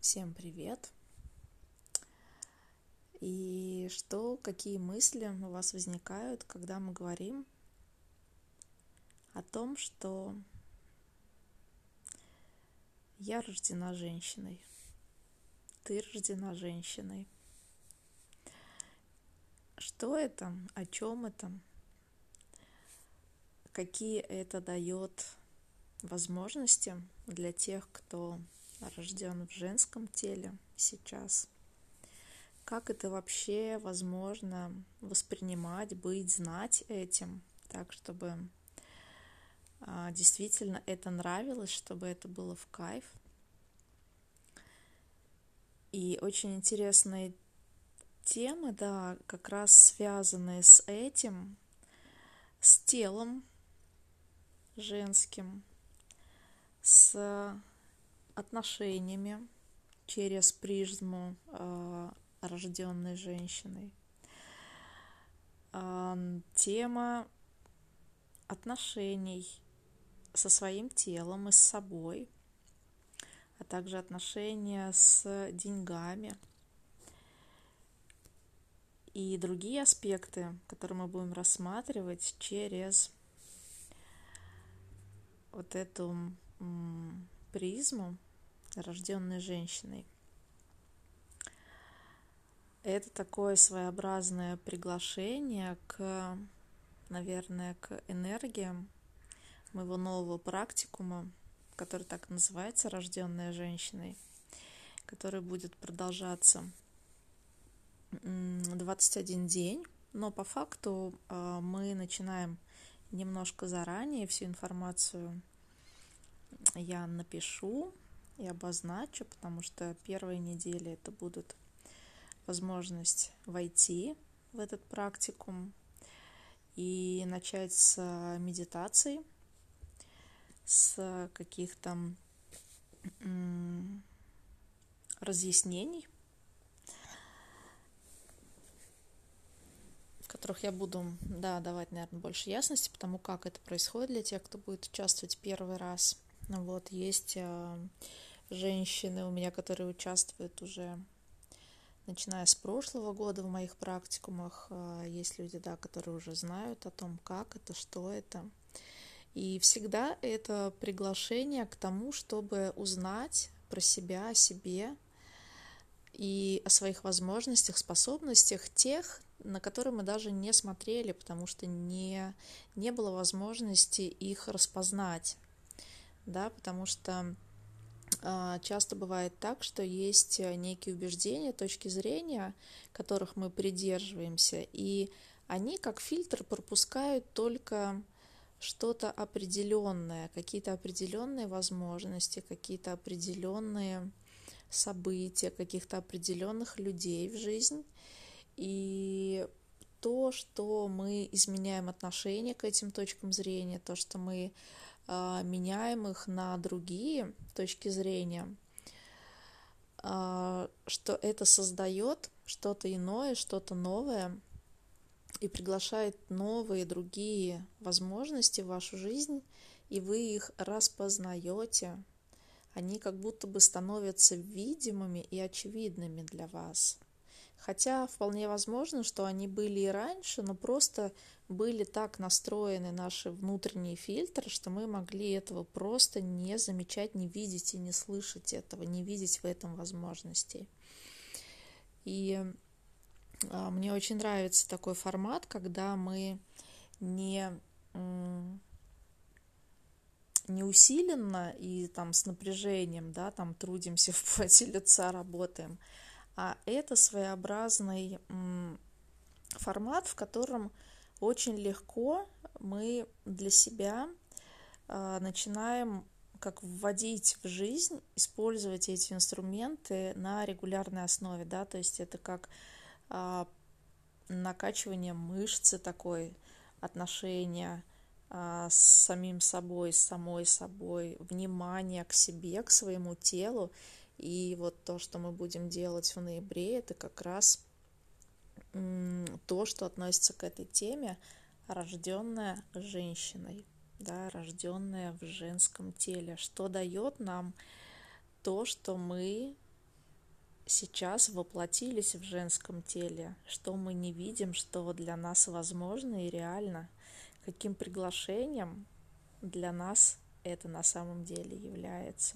Всем привет! Какие мысли у вас возникают, когда мы говорим о том, что я рождена женщиной, ты рождена женщиной? Что это? О чем это? Какие это дает возможности для тех, кто рожден в женском теле сейчас? Как это вообще возможно воспринимать, быть, знать этим, так, чтобы действительно это нравилось, чтобы это было в кайф? И очень интересные темы, да, как раз связанные с этим, с телом женским, с отношениями через призму рожденной женщиной. Тема отношений со своим телом и с собой, а также отношения с деньгами и другие аспекты, которые мы будем рассматривать через вот эту призму рожденной женщиной. Это такое своеобразное приглашение наверное, к энергиям моего нового практикума, который так называется «Рожденная женщиной», который будет продолжаться 21 день, но по факту мы начинаем немножко заранее. Всю информацию я напишу и обозначу, потому что первые недели это будут возможность войти в этот практикум и начать с медитаций, с каких-то разъяснений, в которых я буду давать, наверное, больше ясности, потому как это происходит для тех, кто будет участвовать первый раз. Есть женщины у меня, которые участвуют уже начиная с прошлого года в моих практикумах. Есть люди, которые уже знают о том, как это, что это. И всегда это приглашение к тому, чтобы узнать про себя, о себе и о своих возможностях, способностях, тех, на которые мы даже не смотрели, потому что не было возможности их распознать. Потому что часто бывает так, что есть некие убеждения, точки зрения, которых мы придерживаемся, и они как фильтр пропускают только что-то определенное, какие-то определенные возможности, какие-то определенные события, каких-то определенных людей в жизнь. И то, что мы изменяем отношение к этим точкам зрения, то, что мы меняем их на другие точки зрения, что это создает что-то иное, что-то новое и приглашает новые, другие возможности в вашу жизнь, и вы их распознаете. Они как будто бы становятся видимыми и очевидными для вас. Хотя вполне возможно, что они были и раньше, но просто были так настроены наши внутренние фильтры, что мы могли этого просто не замечать, не видеть и не слышать этого, не видеть в этом возможностей. И мне очень нравится такой формат, когда мы не усиленно и с напряжением, трудимся в поте лица, работаем, а это своеобразный формат, в котором очень легко мы для себя начинаем как вводить в жизнь, использовать эти инструменты на регулярной основе, то есть это как накачивание мышцы такой, отношения с самим собой, с самой собой, внимание к себе, к своему телу. И то, что мы будем делать в ноябре, это как раз то, что относится к этой теме, рожденная женщиной, рожденная в женском теле, что дает нам то, что мы сейчас воплотились в женском теле, что мы не видим, что для нас возможно и реально, каким приглашением для нас это на самом деле является.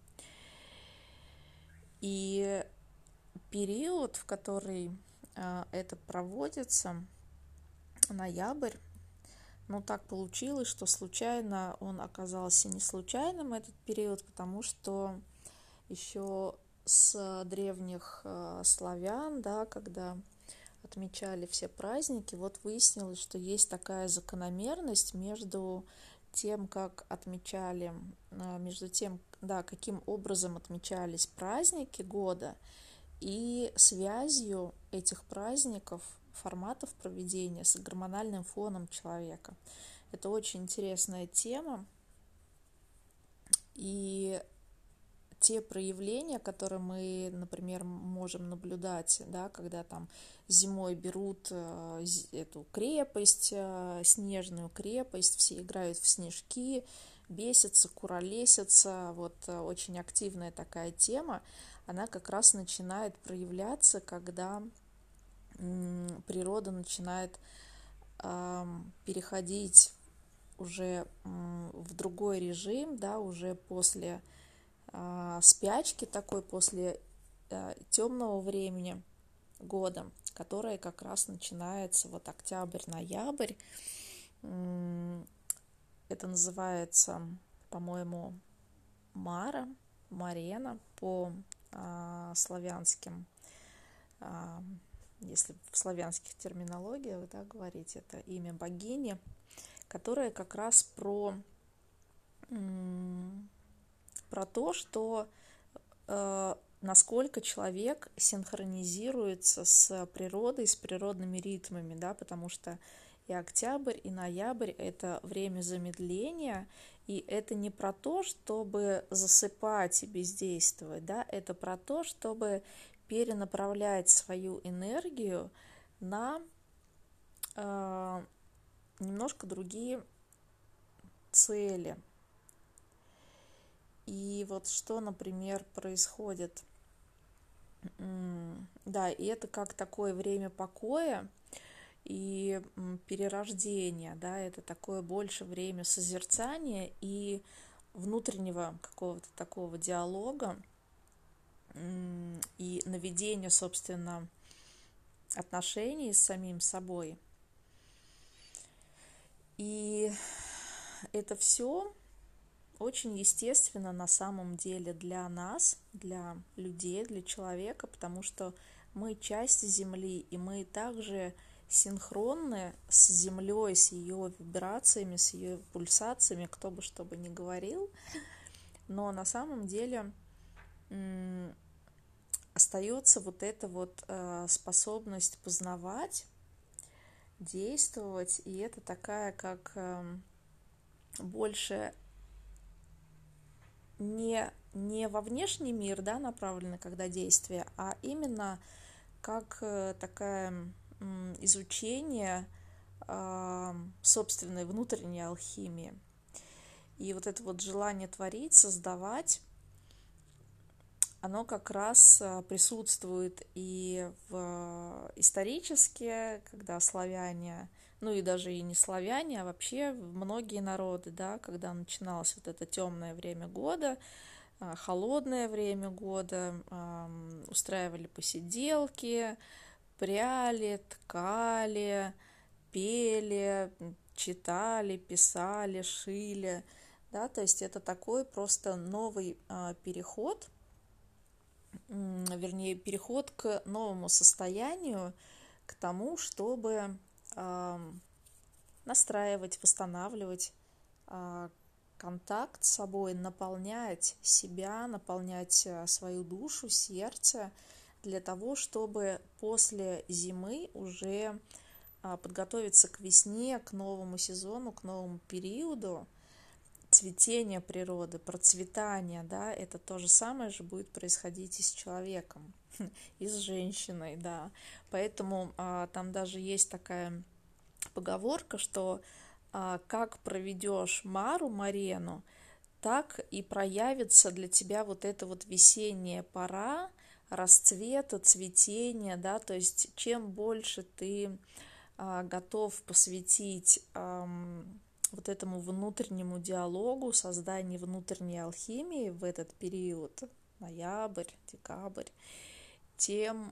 И период, в который это проводится, ноябрь, ну так получилось, что случайно он оказался не случайным, этот период, потому что еще с древних славян, да, когда отмечали все праздники, вот выяснилось, что есть такая закономерность между тем, как отмечали, между тем, да, каким образом отмечались праздники года и связью этих праздников, форматов проведения с гормональным фоном человека. Это очень интересная тема, и те проявления, которые мы, например, можем наблюдать, да, когда там зимой берут эту крепость, снежную крепость, все играют в снежки, бесятся, куролесятся, вот очень активная такая тема, она как раз начинает проявляться, когда природа начинает переходить уже в другой режим, да, уже после спячки такой, после темного времени года, которое как раз начинается вот октябрь-ноябрь. Это называется, по-моему, Мара, Марена по славянским, если в славянских терминологиях, да, говорить, это имя богини, которое как раз про то, что насколько человек синхронизируется с природой, с природными ритмами, да, потому что и октябрь, и ноябрь — это время замедления, и это не про то, чтобы засыпать и бездействовать, да, это про то, чтобы перенаправлять свою энергию на немножко другие цели. И вот что, например, происходит, да, и это как такое время покоя и перерождения, да, это такое больше время созерцания и внутреннего какого-то такого диалога и наведения, собственно, отношений с самим собой. И это все очень естественно на самом деле для нас, для людей, для человека, потому что мы часть Земли, и мы также синхронны с Землей, с ее вибрациями, с ее пульсациями, кто бы что бы ни говорил. Но на самом деле остается вот эта вот способность познавать, действовать, и это такая как больше не во внешний мир, да, направлено, когда действие, а именно как такое изучение собственной внутренней алхимии. И вот это вот желание творить, создавать, оно как раз присутствует и исторически, когда славяне, ну и даже и не славяне, а вообще многие народы, да, когда начиналось вот это темное время года, холодное время года, устраивали посиделки, пряли, ткали, пели, читали, писали, шили, да, то есть это такой просто новый переход, вернее, переход к новому состоянию, к тому, чтобы настраивать, восстанавливать контакт с собой, наполнять себя, наполнять свою душу, сердце, для того, чтобы после зимы уже подготовиться к весне, к новому сезону, к новому периоду цветения природы, процветания, да, это то же самое же будет происходить и с человеком, и с женщиной, да. Поэтому там даже есть такая поговорка, что как проведешь Мару, Марену, так и проявится для тебя вот эта вот весенняя пора, расцвета, цветения, да, то есть чем больше ты готов посвятить вот этому внутреннему диалогу, созданию внутренней алхимии в этот период, ноябрь, декабрь, тем,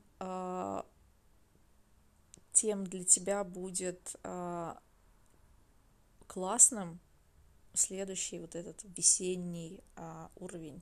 тем для тебя будет классным следующий вот этот весенний уровень,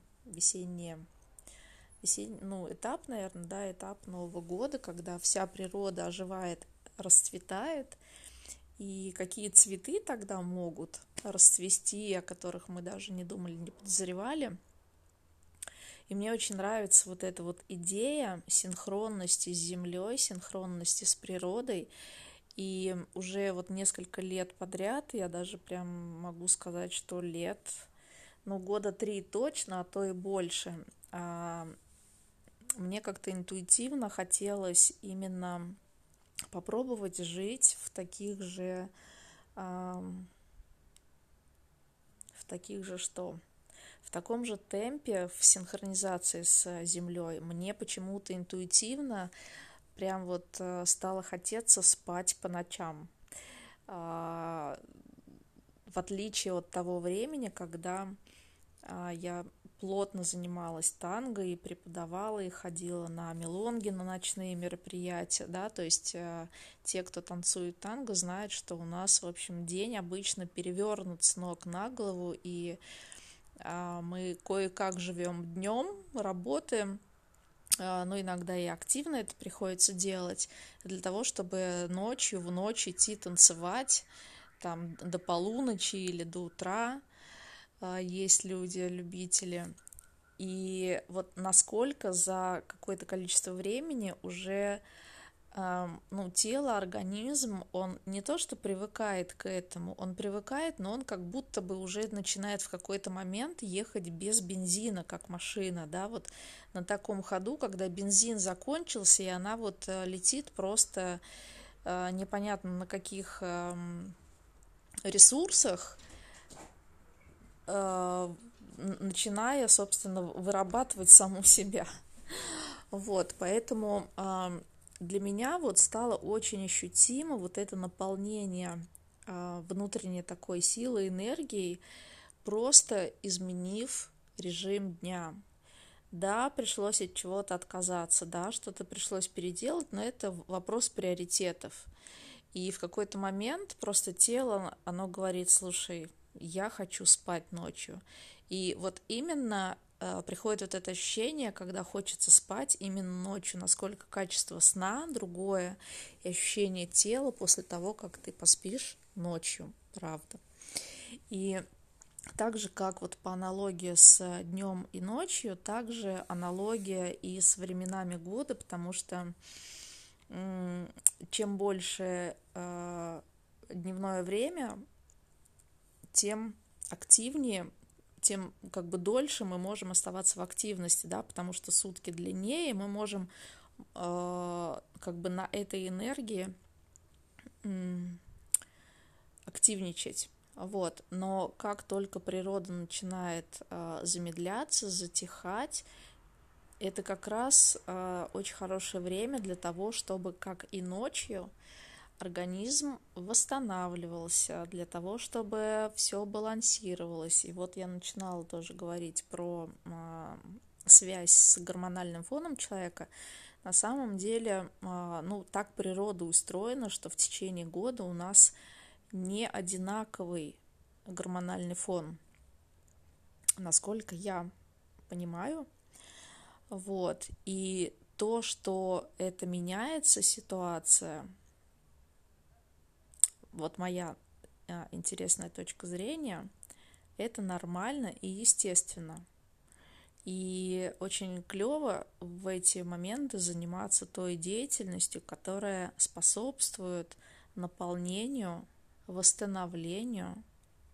ну, этап, наверное, да, этап Нового года, когда вся природа оживает, расцветает, и какие цветы тогда могут расцвести, о которых мы даже не думали, не подозревали. И мне очень нравится вот эта вот идея синхронности с Землей, синхронности с природой. И уже вот несколько лет подряд, я даже прям могу сказать, что лет, ну, года 3 точно, а то и больше, мне как-то интуитивно хотелось именно попробовать жить в таких же что? В таком же темпе, в синхронизации с Землей. Мне почему-то интуитивно прям вот стало хотеться спать по ночам. В отличие от того времени, когда я плотно занималась танго и преподавала, и ходила на мелонги, на ночные мероприятия, да, то есть те, кто танцует танго, знают, что у нас, в общем, день обычно перевернут с ног на голову, и мы кое-как живем днем, работаем, но иногда и активно это приходится делать, для того, чтобы ночью, в ночь идти танцевать, там, до полуночи или до утра. Есть люди, любители. И вот насколько за какое-то количество времени уже ну, тело, организм, он не то что привыкает к этому, он привыкает, но он как будто бы уже начинает в какой-то момент ехать без бензина, как машина, да, вот на таком ходу, когда бензин закончился, и она вот летит просто непонятно на каких ресурсах, начиная, собственно, вырабатывать саму себя. Вот, поэтому для меня вот стало очень ощутимо вот это наполнение внутренней такой силой, энергией, просто изменив режим дня. Да, пришлось от чего-то отказаться, да, что-то пришлось переделать, но это вопрос приоритетов. И в какой-то момент просто тело, оно говорит: слушай, я хочу спать ночью. И вот именно приходит вот это ощущение, когда хочется спать именно ночью, насколько качество сна другое, и ощущение тела после того, как ты поспишь ночью, правда. И так же, как вот по аналогии с днем и ночью, также аналогия и с временами года, потому что чем больше дневное время, тем активнее, тем как бы дольше мы можем оставаться в активности, да, потому что сутки длиннее, мы можем как бы на этой энергии активничать. Вот. Но как только природа начинает замедляться, затихать, это как раз очень хорошее время для того, чтобы, как и ночью, организм восстанавливался, для того, чтобы все балансировалось. И вот я начинала тоже говорить про связь с гормональным фоном человека. На самом деле, ну, так природа устроена, что в течение года у нас не одинаковый гормональный фон, насколько я понимаю. Вот. И то, что это меняется, ситуация, вот моя интересная точка зрения, это нормально и естественно. И очень клево в эти моменты заниматься той деятельностью, которая способствует наполнению, восстановлению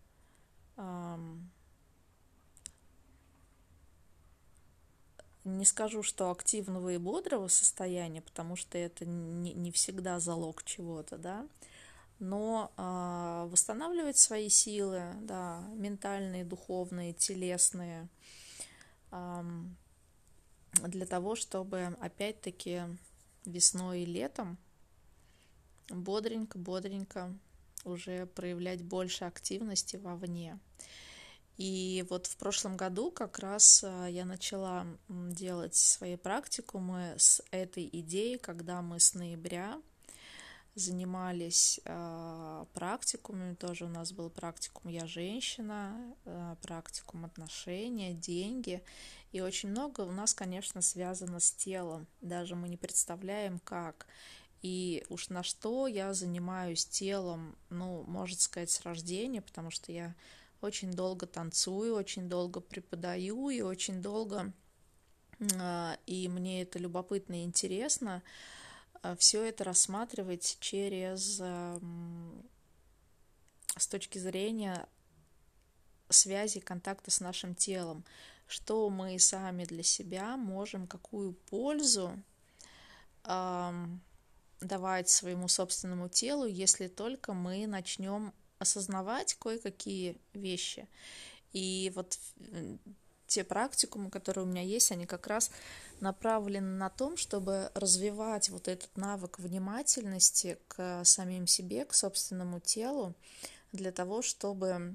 не скажу, что активного и бодрого состояния, потому что это не всегда залог чего-то, да, но восстанавливать свои силы, да, ментальные, духовные, телесные, для того, чтобы опять-таки весной и летом бодренько-бодренько уже проявлять больше активности вовне. И вот в прошлом году как раз я начала делать свои практикумы с этой идеей, когда мы с ноября занимались практикумами, тоже у нас был практикум «Я женщина», практикум «Отношения», «Деньги», и очень много у нас, конечно, связано с телом, даже мы не представляем, как. И уж на что я занимаюсь телом, ну, можно сказать, с рождения, потому что я очень долго танцую, очень долго преподаю и очень долго, и мне это любопытно и интересно, все это рассматривать с точки зрения связи, контакта с нашим телом, что мы сами для себя можем, какую пользу давать своему собственному телу, если только мы начнем осознавать кое-какие вещи. И вот те практикумы, которые у меня есть, они как раз направлены на том, чтобы развивать вот этот навык внимательности к самим себе, к собственному телу, для того, чтобы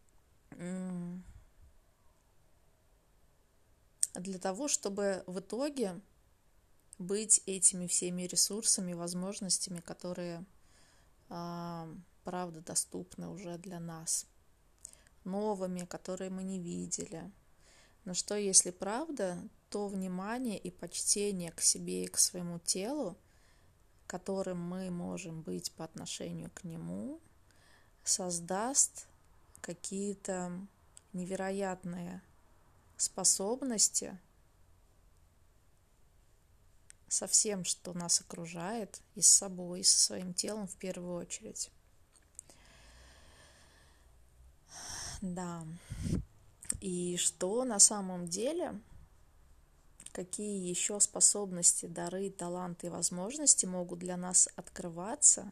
в итоге быть этими всеми ресурсами, возможностями, которые, правда, доступны уже для нас, новыми, которые мы не видели. Но что, если правда, то внимание и почтение к себе и к своему телу, которым мы можем быть по отношению к нему, создаст какие-то невероятные способности со всем, что нас окружает, и с собой, и со своим телом в первую очередь. Да. И что на самом деле, какие еще способности, дары, таланты и возможности могут для нас открываться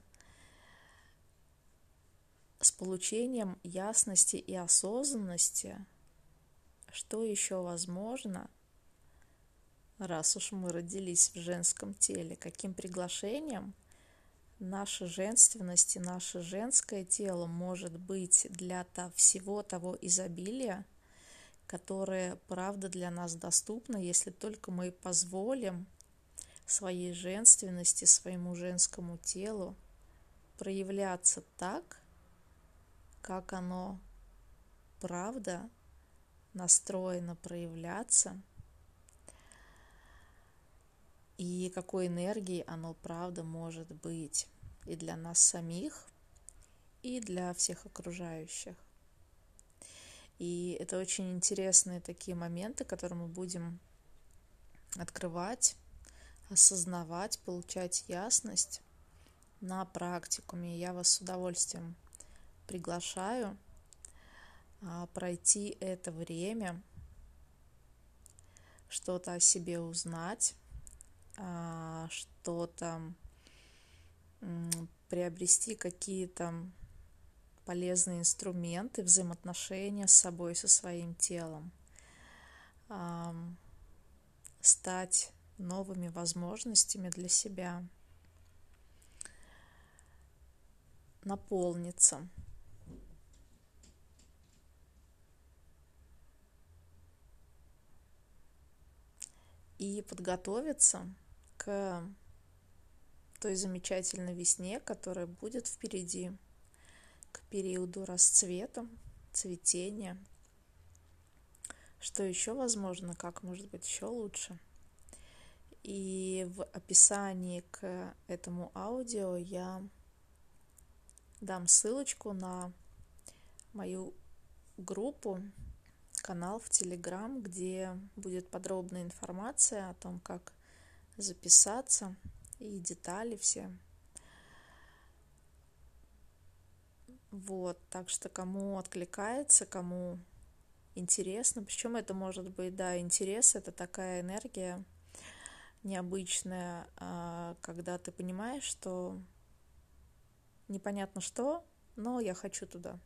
с получением ясности и осознанности, что еще возможно, раз уж мы родились в женском теле, каким приглашением наша женственность и наше женское тело может быть для всего того изобилия, которое, правда, для нас доступно, если только мы позволим своей женственности, своему женскому телу проявляться так, как оно, правда, настроено проявляться, и какой энергией оно, правда, может быть и для нас самих, и для всех окружающих. И это очень интересные такие моменты, которые мы будем открывать, осознавать, получать ясность на практикуме. Я вас с удовольствием приглашаю пройти это время, что-то о себе узнать, что-то приобрести, какие-то полезные инструменты взаимоотношения с собой, со своим телом, стать новыми возможностями для себя, наполниться. И подготовиться к той замечательной весне, которая будет впереди, к периоду расцвета, цветения. Что еще возможно, как может быть еще лучше. И в описании к этому аудио я дам ссылочку на мою группу, канал в Telegram, где будет подробная информация о том, как записаться, и детали все. Вот, так что кому откликается, кому интересно, причем это может быть, да, интерес, это такая энергия необычная, когда ты понимаешь, что непонятно что, но я хочу туда.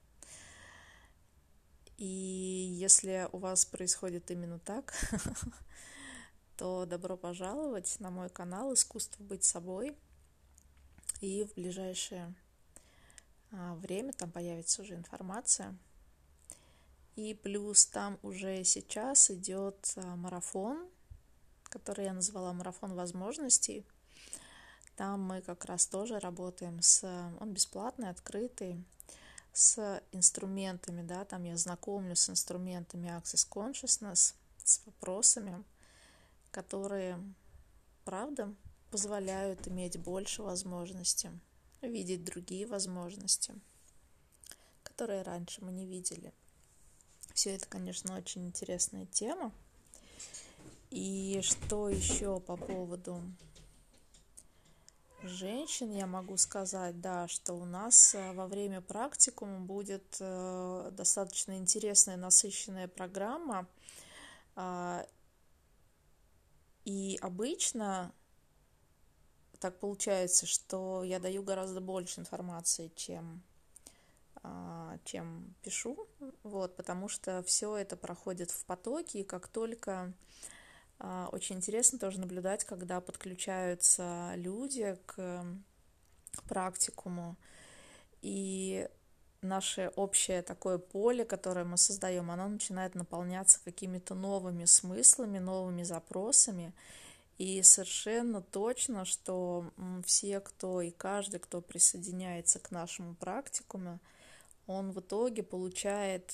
И если у вас происходит именно так, то добро пожаловать на мой канал «Искусство быть собой». И в ближайшее время там появится уже информация. И плюс там уже сейчас идет марафон, который я назвала «Марафон возможностей». Там мы как раз тоже работаем он бесплатный, открытый, с инструментами, да, там я знакомлю с инструментами Access Consciousness, с вопросами, которые, правда, позволяют иметь больше возможностей, видеть другие возможности, которые раньше мы не видели. Все это, конечно, очень интересная тема. И что еще по поводу женщин я могу сказать, да, что у нас во время практикума будет достаточно интересная, насыщенная программа. И обычно так получается, что я даю гораздо больше информации, чем пишу, вот, потому что все это проходит в потоке, и как только очень интересно тоже наблюдать, когда подключаются люди к практикуму, и наше общее такое поле, которое мы создаем, оно начинает наполняться какими-то новыми смыслами, новыми запросами, и совершенно точно, что все, кто и каждый, кто присоединяется к нашему практикуму, он в итоге получает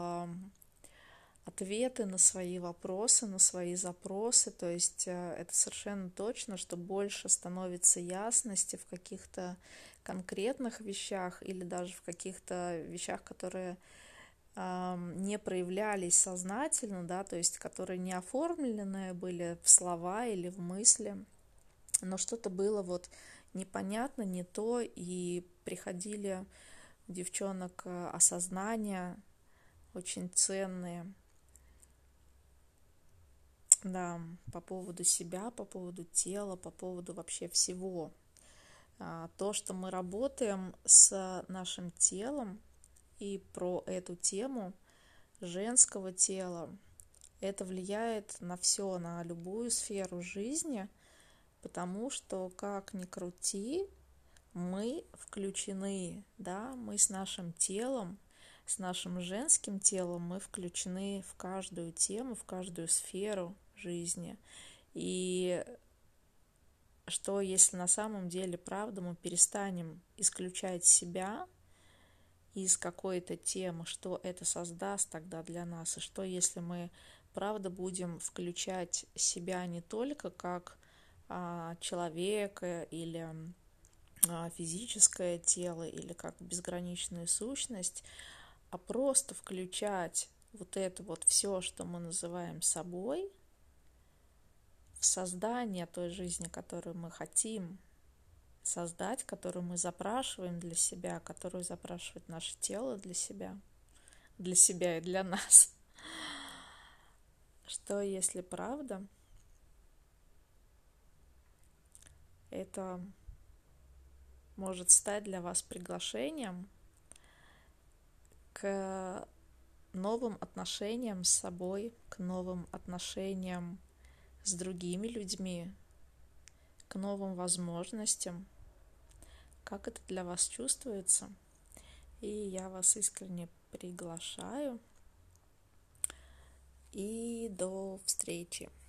ответы на свои вопросы, на свои запросы. То есть это совершенно точно, что больше становится ясности в каких-то конкретных вещах или даже в каких-то вещах, которые не проявлялись сознательно, да, то есть которые не оформлены были в слова или в мысли, но что-то было вот непонятно, не то, и приходили у девчонок осознания очень ценные, да, по поводу себя, по поводу тела, по поводу вообще всего. То, что мы работаем с нашим телом, и про эту тему женского тела, это влияет на все, на любую сферу жизни, потому что, как ни крути, мы включены, да, мы с нашим телом, с нашим женским телом, мы включены в каждую тему, в каждую сферу жизни. И что, если на самом деле, правда, мы перестанем исключать себя из какой-то темы, что это создаст тогда для нас, и что, если мы, правда, будем включать себя не только как человека или физическое тело, или как безграничную сущность, а просто включать вот это вот все, что мы называем собой, в создание той жизни, которую мы хотим создать, которую мы запрашиваем для себя, которую запрашивает наше тело для себя и для нас. Что, если правда, это может стать для вас приглашением к новым отношениям с собой, к новым отношениям с другими людьми, к новым возможностям. Как это для вас чувствуется? И я вас искренне приглашаю. И до встречи!